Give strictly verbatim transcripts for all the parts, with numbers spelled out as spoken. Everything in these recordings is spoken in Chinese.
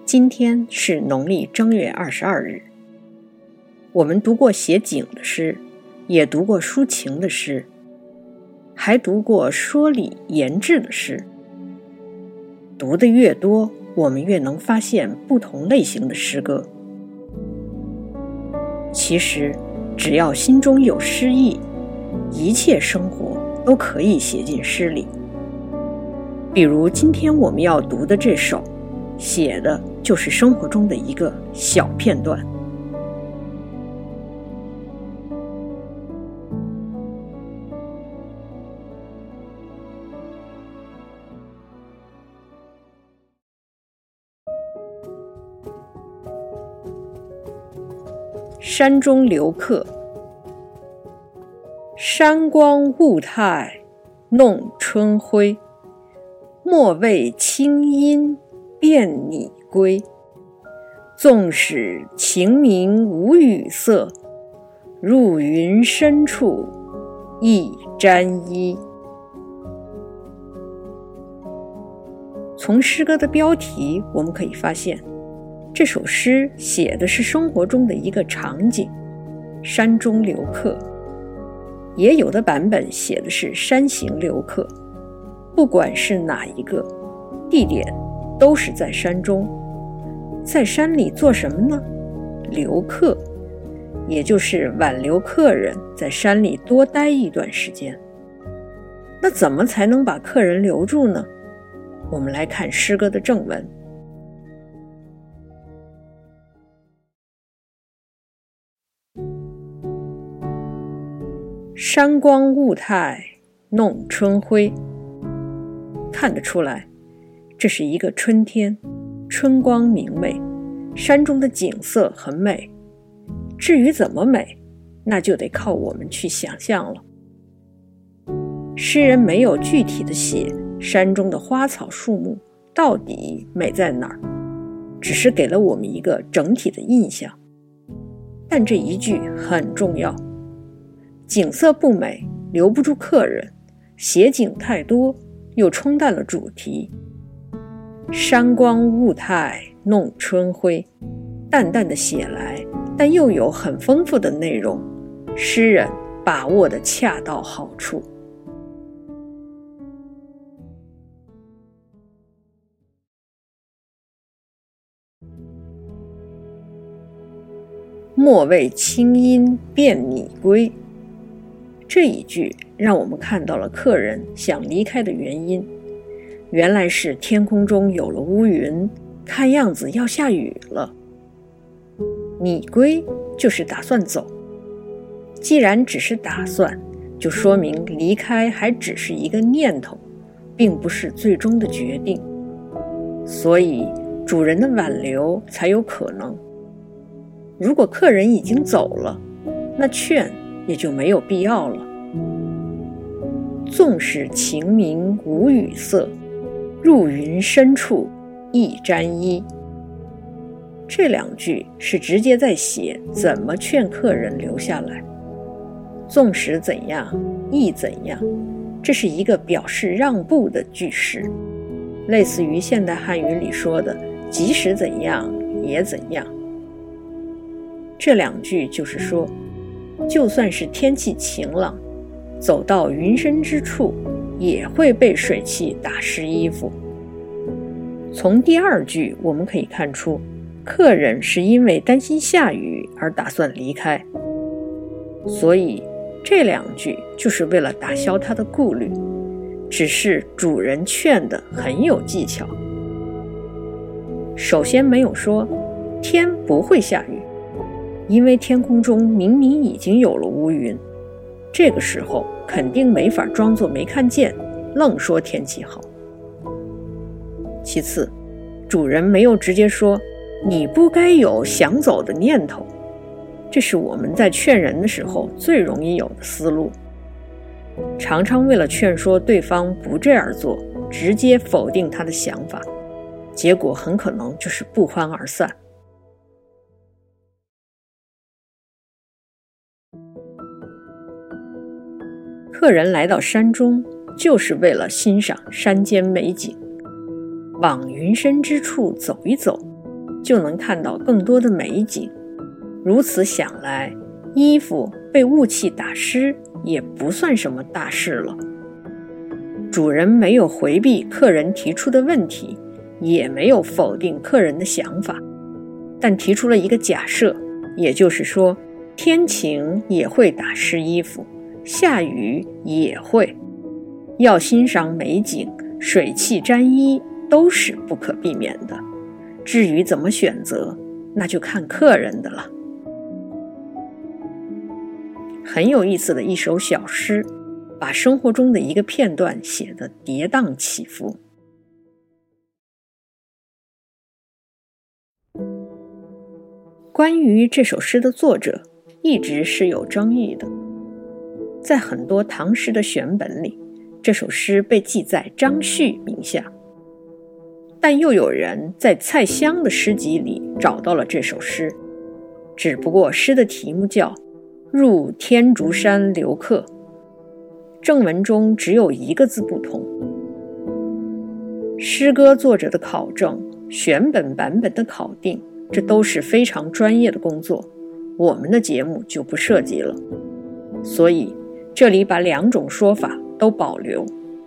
今天是农历正月二十二日。我们读过写景的诗，也读过抒情的诗，还读过说理言志的诗。读得越多，我们越能发现不同类型的诗歌。其实，只要心中有诗意，一切生活都可以写进诗里。比如今天我们要读的这首，写的就是生活中的一个小片段。山中留客，山光物态弄春晖，莫谓清音辨拟归。纵使晴明无雨色，入云深处一沾衣。从诗歌的标题我们可以发现，这首诗写的是生活中的一个场景，山中留客。也有的版本写的是山行留客。不管是哪一个地点，都是在山中。在山里做什么呢？留客，也就是挽留客人在山里多待一段时间。那怎么才能把客人留住呢？我们来看诗歌的正文。山光物态弄春晖，看得出来，这是一个春天，春光明媚，山中的景色很美。至于怎么美，那就得靠我们去想象了。诗人没有具体的写山中的花草树木到底美在哪儿，只是给了我们一个整体的印象。但这一句很重要，景色不美，留不住客人，写景太多，又冲淡了主题。山光物态弄春晖，淡淡的写来，但又有很丰富的内容，诗人把握得恰到好处。莫谓清音辨拟归，这一句让我们看到了客人想离开的原因，原来是天空中有了乌云，看样子要下雨了。拟归就是打算走，既然只是打算，就说明离开还只是一个念头，并不是最终的决定，所以主人的挽留才有可能。如果客人已经走了，那劝也就没有必要了。纵使晴明无雨色，入云深处一沾衣。这两句是直接在写怎么劝客人留下来。纵使怎样，亦怎样，这是一个表示让步的句式，类似于现代汉语里说的即使怎样也怎样。这两句就是说，就算是天气晴朗，走到云深之处也会被水汽打湿衣服。从第二句我们可以看出，客人是因为担心下雨而打算离开，所以这两句就是为了打消他的顾虑，只是主人劝得很有技巧。首先没有说天不会下雨，因为天空中明明已经有了乌云，这个时候肯定没法装作没看见，愣说天气好。其次，主人没有直接说你不该有想走的念头，这是我们在劝人的时候最容易有的思路，常常为了劝说对方不这样做，直接否定他的想法，结果很可能就是不欢而散。客人来到山中，就是为了欣赏山间美景，往云深之处走一走， 就能看到更多的美景。如此想来，衣服被雾气打湿也不算什么大事了。主人没有回避客人提出的问题，也没有否定客人的想法，但提出了一个假设，也就是说，天晴也会打湿衣服，下雨也会。要欣赏美景，水汽沾衣都是不可避免的。至于怎么选择，那就看客人的了。很有意思的一首小诗，把生活中的一个片段写得跌宕起伏。关于这首诗的作者，一直是有争议的。在很多唐诗的选本里，这首诗被记在张旭名下，但又有人在蔡襄的诗集里找到了这首诗，只不过诗的题目叫《入天竺山留客》，正文中只有一个字不同。诗歌作者的考证、选本版本的考定，这都是非常专业的工作，我们的节目就不涉及了。所以这里把两种说法都保留。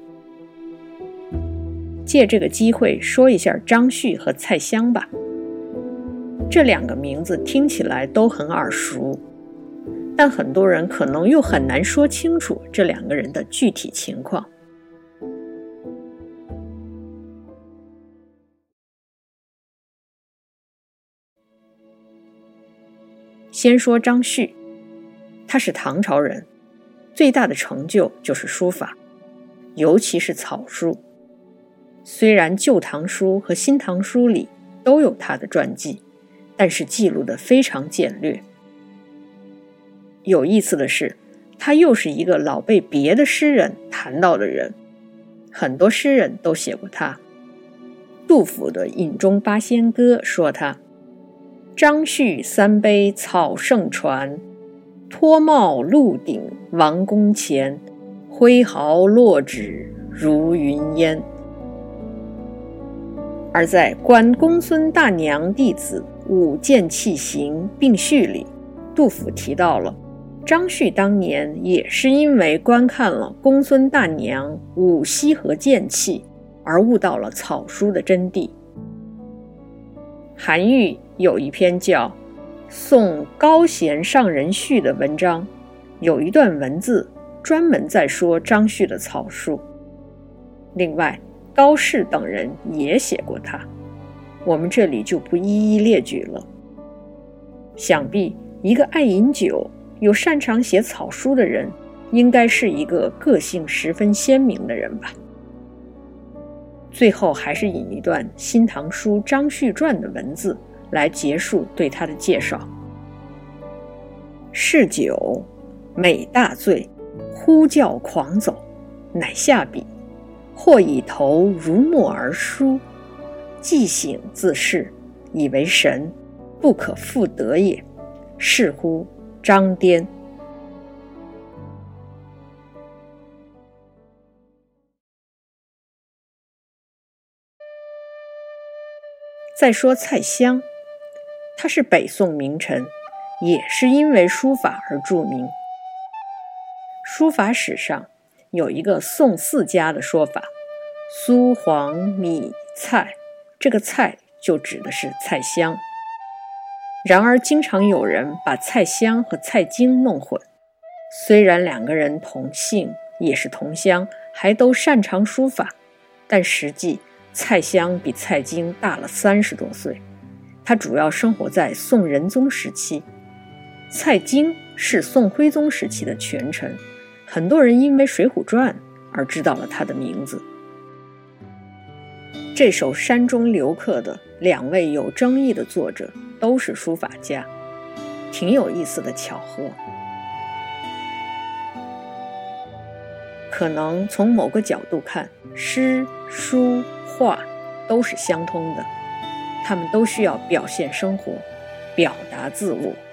借这个机会说一下张旭和蔡襄吧。这两个名字听起来都很耳熟，但很多人可能又很难说清楚这两个人的具体情况。先说张旭，他是唐朝人，最大的成就就是书法，尤其是草书。虽然《旧唐书》和《新唐书》里都有他的传记，但是记录得非常简略。有意思的是，他又是一个老被别的诗人谈到的人，很多诗人都写过他。杜甫的《饮中八仙歌》说他：张旭三杯草圣传，脱帽鹿顶王宫前，挥毫落纸如云烟。而在《观公孙大娘弟子舞剑器行并序》里，杜甫提到了张旭当年也是因为观看了公孙大娘舞西河剑器而悟到了草书的真谛。韩愈有一篇叫《送高贤上人序》的文章，有一段文字专门在说张旭的草书。另外，高适等人也写过他，我们这里就不一一列举了。想必一个爱饮酒又擅长写草书的人，应该是一个个性十分鲜明的人吧。最后还是引一段《新唐书·张旭传》的文字来结束对他的介绍。嗜酒，每大醉，呼叫狂走，乃下笔，或以头如墨而书，既醒自是，以为神，不可复得也。是乎张颠。再说蔡襄，他是北宋名臣，也是因为书法而著名。书法史上有一个宋四家的说法，苏黄米蔡，这个蔡就指的是蔡襄。然而经常有人把蔡襄和蔡京弄混，虽然两个人同姓，也是同乡，还都擅长书法，但实际蔡襄比蔡京大了三十多岁，他主要生活在宋仁宗时期。蔡京是宋徽宗时期的权臣，很多人因为《水浒传》而知道了他的名字。这首《山中留客》的两位有争议的作者都是书法家，挺有意思的巧合。可能从某个角度看，诗、书、画都是相通的，他们都需要表现生活，表达自我。